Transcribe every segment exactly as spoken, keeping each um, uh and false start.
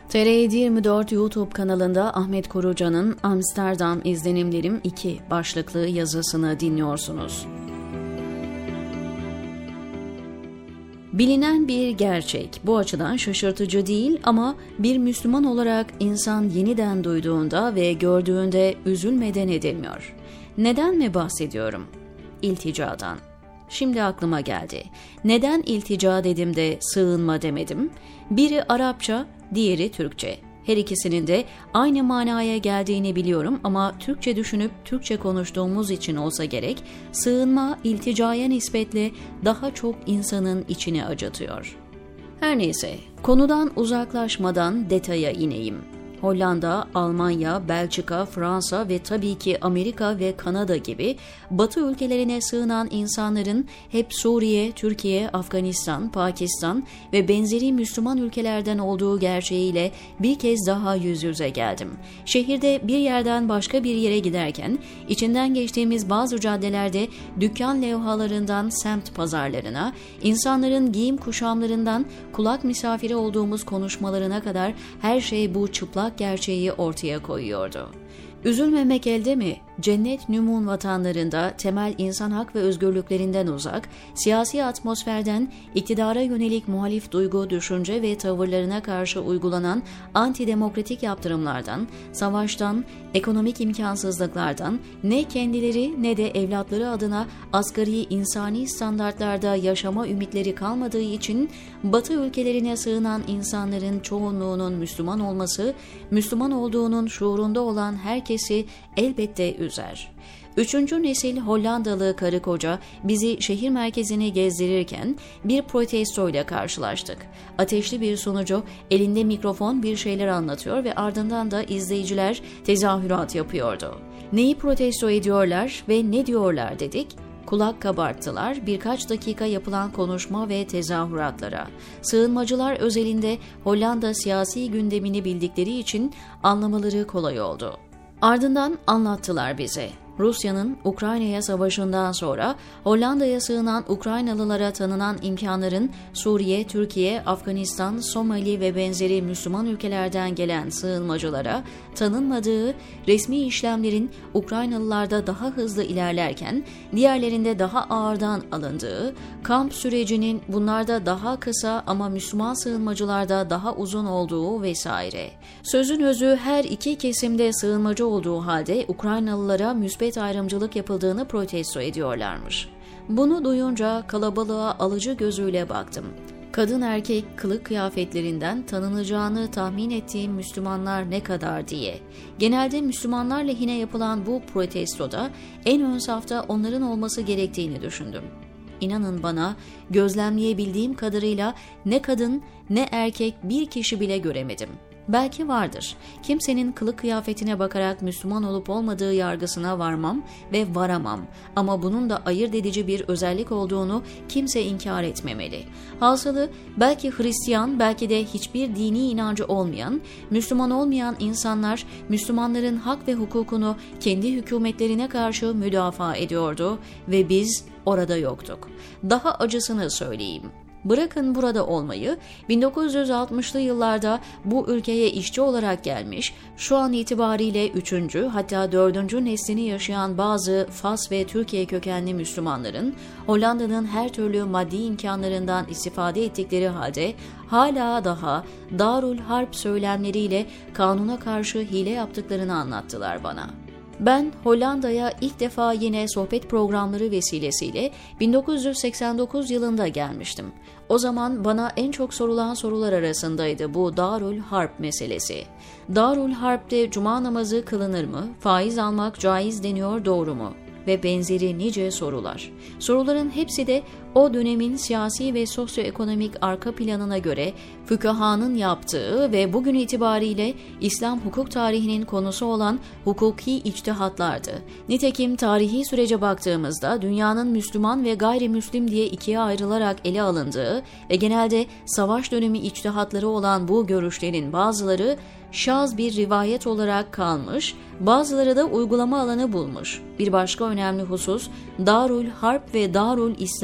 T R yirmi dört YouTube kanalında Ahmet Koruca'nın Amsterdam İzlenimlerim iki başlıklı yazısını dinliyorsunuz. Bilinen bir gerçek, bu açıdan şaşırtıcı değil ama bir Müslüman olarak insan yeniden duyduğunda ve gördüğünde üzülmeden edemiyor. Neden mi bahsediyorum? İlticadan. Şimdi aklıma geldi. Neden iltica dedim de sığınma demedim? Biri Arapça, diğeri Türkçe. Her ikisinin de aynı manaya geldiğini biliyorum ama Türkçe düşünüp Türkçe konuştuğumuz için olsa gerek, sığınma ilticaya nispetle daha çok insanın içini acıtıyor. Her neyse, konudan uzaklaşmadan detaya ineyim. Hollanda, Almanya, Belçika, Fransa ve tabii ki Amerika ve Kanada gibi Batı ülkelerine sığınan insanların hep Suriye, Türkiye, Afganistan, Pakistan ve benzeri Müslüman ülkelerden olduğu gerçeğiyle bir kez daha yüz yüze geldim. Şehirde bir yerden başka bir yere giderken içinden geçtiğimiz bazı caddelerde dükkan levhalarından semt pazarlarına, insanların giyim kuşamlarından kulak misafiri olduğumuz konuşmalarına kadar her şey bu çıplak gerçeği ortaya koyuyordu. Üzülmemek elde mi? Cennet nümun vatanlarında temel insan hak ve özgürlüklerinden uzak, siyasi atmosferden, iktidara yönelik muhalif duygu, düşünce ve tavırlarına karşı uygulanan antidemokratik yaptırımlardan, savaştan, ekonomik imkansızlıklardan ne kendileri ne de evlatları adına asgari insani standartlarda yaşama ümitleri kalmadığı için Batı ülkelerine sığınan insanların çoğunluğunun Müslüman olması, Müslüman olduğunun şuurunda olan herkesi elbette üzer. Üçüncü nesil Hollandalı karı koca bizi şehir merkezine gezdirirken bir protestoyla karşılaştık. Ateşli bir sunucu elinde mikrofon bir şeyler anlatıyor ve ardından da izleyiciler tezahürat yapıyordu. Neyi protesto ediyorlar ve ne diyorlar dedik. Kulak kabarttılar birkaç dakika yapılan konuşma ve tezahüratlara. Sığınmacılar özelinde Hollanda siyasi gündemini bildikleri için anlamaları kolay oldu. Ardından anlattılar bize. Rusya'nın Ukrayna'ya savaşından sonra Hollanda'ya sığınan Ukraynalılara tanınan imkanların Suriye, Türkiye, Afganistan, Somali ve benzeri Müslüman ülkelerden gelen sığınmacılara tanınmadığı, resmi işlemlerin Ukraynalılarda daha hızlı ilerlerken diğerlerinde daha ağırdan alındığı, kamp sürecinin bunlarda daha kısa ama Müslüman sığınmacılarda daha uzun olduğu vesaire. Sözün özü her iki kesimde sığınmacı olduğu halde Ukraynalılara müsbet ayrımcılık yapıldığını protesto ediyorlarmış. Bunu duyunca kalabalığa alıcı gözüyle baktım. Kadın erkek kılık kıyafetlerinden tanınacağını tahmin ettiğim Müslümanlar ne kadar diye. Genelde Müslümanlar lehine yapılan bu protestoda en ön safta onların olması gerektiğini düşündüm. İnanın bana, gözlemleyebildiğim kadarıyla ne kadın ne erkek bir kişi bile göremedim. Belki vardır. Kimsenin kılık kıyafetine bakarak Müslüman olup olmadığı yargısına varmam ve varamam. Ama bunun da ayırt edici bir özellik olduğunu kimse inkar etmemeli. Hasılı belki Hristiyan, belki de hiçbir dini inancı olmayan, Müslüman olmayan insanlar Müslümanların hak ve hukukunu kendi hükümetlerine karşı müdafaa ediyordu ve biz orada yoktuk. Daha acısını söyleyeyim. Bırakın burada olmayı, bin dokuz yüz altmışlı yıllarda bu ülkeye işçi olarak gelmiş, şu an itibariyle üçüncü hatta dördüncü neslini yaşayan bazı Fas ve Türkiye kökenli Müslümanların Hollanda'nın her türlü maddi imkanlarından istifade ettikleri halde hala daha Darül Harp söylemleriyle kanuna karşı hile yaptıklarını anlattılar bana. Ben Hollanda'ya ilk defa yine sohbet programları vesilesiyle bin dokuz yüz seksen dokuz yılında gelmiştim. O zaman bana en çok sorulan sorular arasındaydı bu Darül Harp meselesi. Darül Harp'te cuma namazı kılınır mı? Faiz almak caiz deniyor, doğru mu? Ve benzeri nice sorular. Soruların hepsi de o dönemin siyasi ve sosyoekonomik arka planına göre fıkahanın yaptığı ve bugün itibariyle İslam hukuk tarihinin konusu olan hukuki içtihatlardı. Nitekim tarihi sürece baktığımızda dünyanın Müslüman ve gayrimüslim diye ikiye ayrılarak ele alındığı ve genelde savaş dönemi içtihatları olan bu görüşlerin bazıları şaz bir rivayet olarak kalmış, bazıları da uygulama alanı bulmuş. Bir başka önemli husus, Darül Harp ve Darül İslam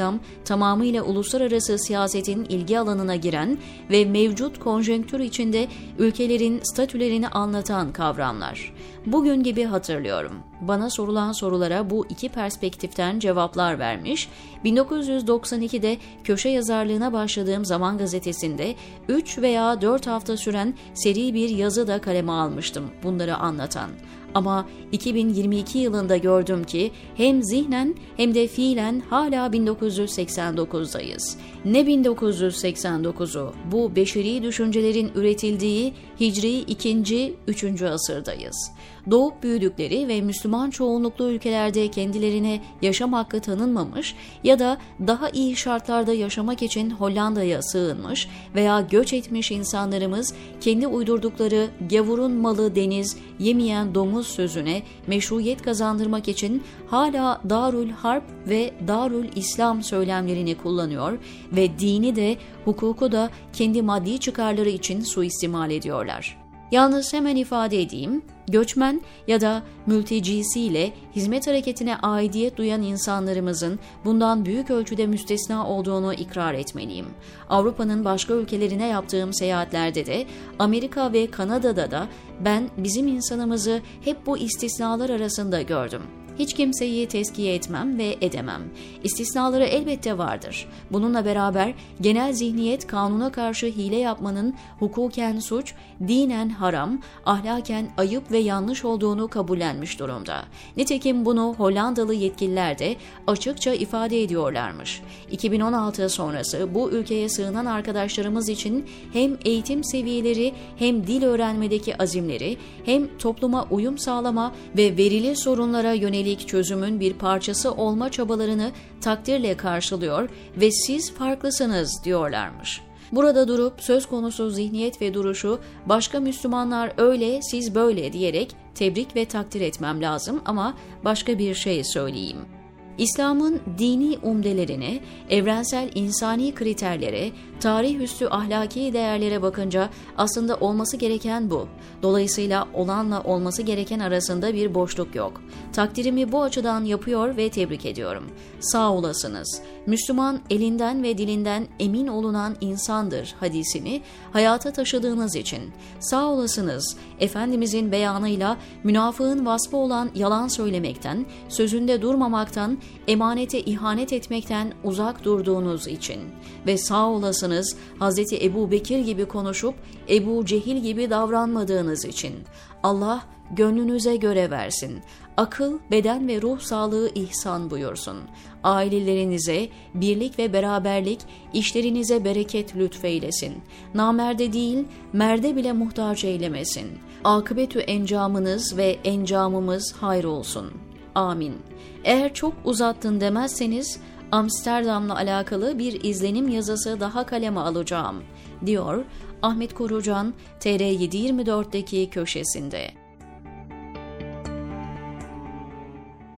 tamamıyla uluslararası siyasetin ilgi alanına giren ve mevcut konjonktür içinde ülkelerin statülerini anlatan kavramlar. Bugün gibi hatırlıyorum. Bana sorulan sorulara bu iki perspektiften cevaplar vermiş, bin dokuz yüz doksan ikide köşe yazarlığına başladığım Zaman Gazetesi'nde üç veya dört hafta süren seri bir yazı da kaleme almıştım bunları anlatan. Ama iki bin yirmi iki yılında gördüm ki hem zihnen hem de fiilen hala bin dokuz yüz seksen dokuzdayız. Ne bin dokuz yüz seksen dokuzu? Bu beşeri düşüncelerin üretildiği Hicri ikinci, üçüncü asırdayız. Doğup büyüdükleri ve Müslüman çoğunluklu ülkelerde kendilerine yaşam hakkı tanınmamış ya da daha iyi şartlarda yaşamak için Hollanda'ya sığınmış veya göç etmiş insanlarımız kendi uydurdukları gavurun malı deniz, yemeyen domuz sözüne meşruiyet kazandırmak için hala Darül Harp ve Darül İslam söylemlerini kullanıyor ve dini de hukuku da kendi maddi çıkarları için suistimal ediyorlar. Yalnız hemen ifade edeyim, göçmen ya da mültecisiyle hizmet hareketine aidiyet duyan insanlarımızın bundan büyük ölçüde müstesna olduğunu ikrar etmeliyim. Avrupa'nın başka ülkelerine yaptığım seyahatlerde de, Amerika ve Kanada'da da ben bizim insanımızı hep bu istisnalar arasında gördüm. Hiç kimseyi tezkiye etmem ve edemem. İstisnaları elbette vardır. Bununla beraber genel zihniyet kanuna karşı hile yapmanın hukuken suç, dinen haram, ahlaken ayıp ve yanlış olduğunu kabullenmiş durumda. Nitekim bunu Hollandalı yetkililer de açıkça ifade ediyorlarmış. iki bin on altı sonrası bu ülkeye sığınan arkadaşlarımız için hem eğitim seviyeleri hem dil öğrenmedeki azimleri hem topluma uyum sağlama ve verili sorunlara yönelik çözümün bir parçası olma çabalarını takdirle karşılıyor ve siz farklısınız diyorlarmış. Burada durup söz konusu zihniyet ve duruşu başka Müslümanlar öyle siz böyle diyerek tebrik ve takdir etmem lazım ama başka bir şey söyleyeyim. İslam'ın dini umdelerine, evrensel insani kriterlere, tarih üstü ahlaki değerlere bakınca aslında olması gereken bu. Dolayısıyla olanla olması gereken arasında bir boşluk yok. Takdirimi bu açıdan yapıyor ve tebrik ediyorum. Sağ olasınız. Müslüman elinden ve dilinden emin olunan insandır hadisini hayata taşıdığınız için. Sağ olasınız. Efendimizin beyanıyla münafığın vasfı olan yalan söylemekten, sözünde durmamaktan, emanete ihanet etmekten uzak durduğunuz için. Ve sağ olasınız Hazreti Ebu Bekir gibi konuşup Ebu Cehil gibi davranmadığınız için. Allah gönlünüze göre versin. Akıl, beden ve ruh sağlığı ihsan buyursun. Ailelerinize birlik ve beraberlik, işlerinize bereket lütfeylesin. Namerde değil, merde bile muhtaç eylemesin. Akıbetü encamınız ve encamımız hayır olsun. Amin. Eğer çok uzattın demezseniz Amsterdam'la alakalı bir izlenim yazısı daha kaleme alacağım, diyor Ahmet Korucan T R yedi yirmi dört'teki köşesinde.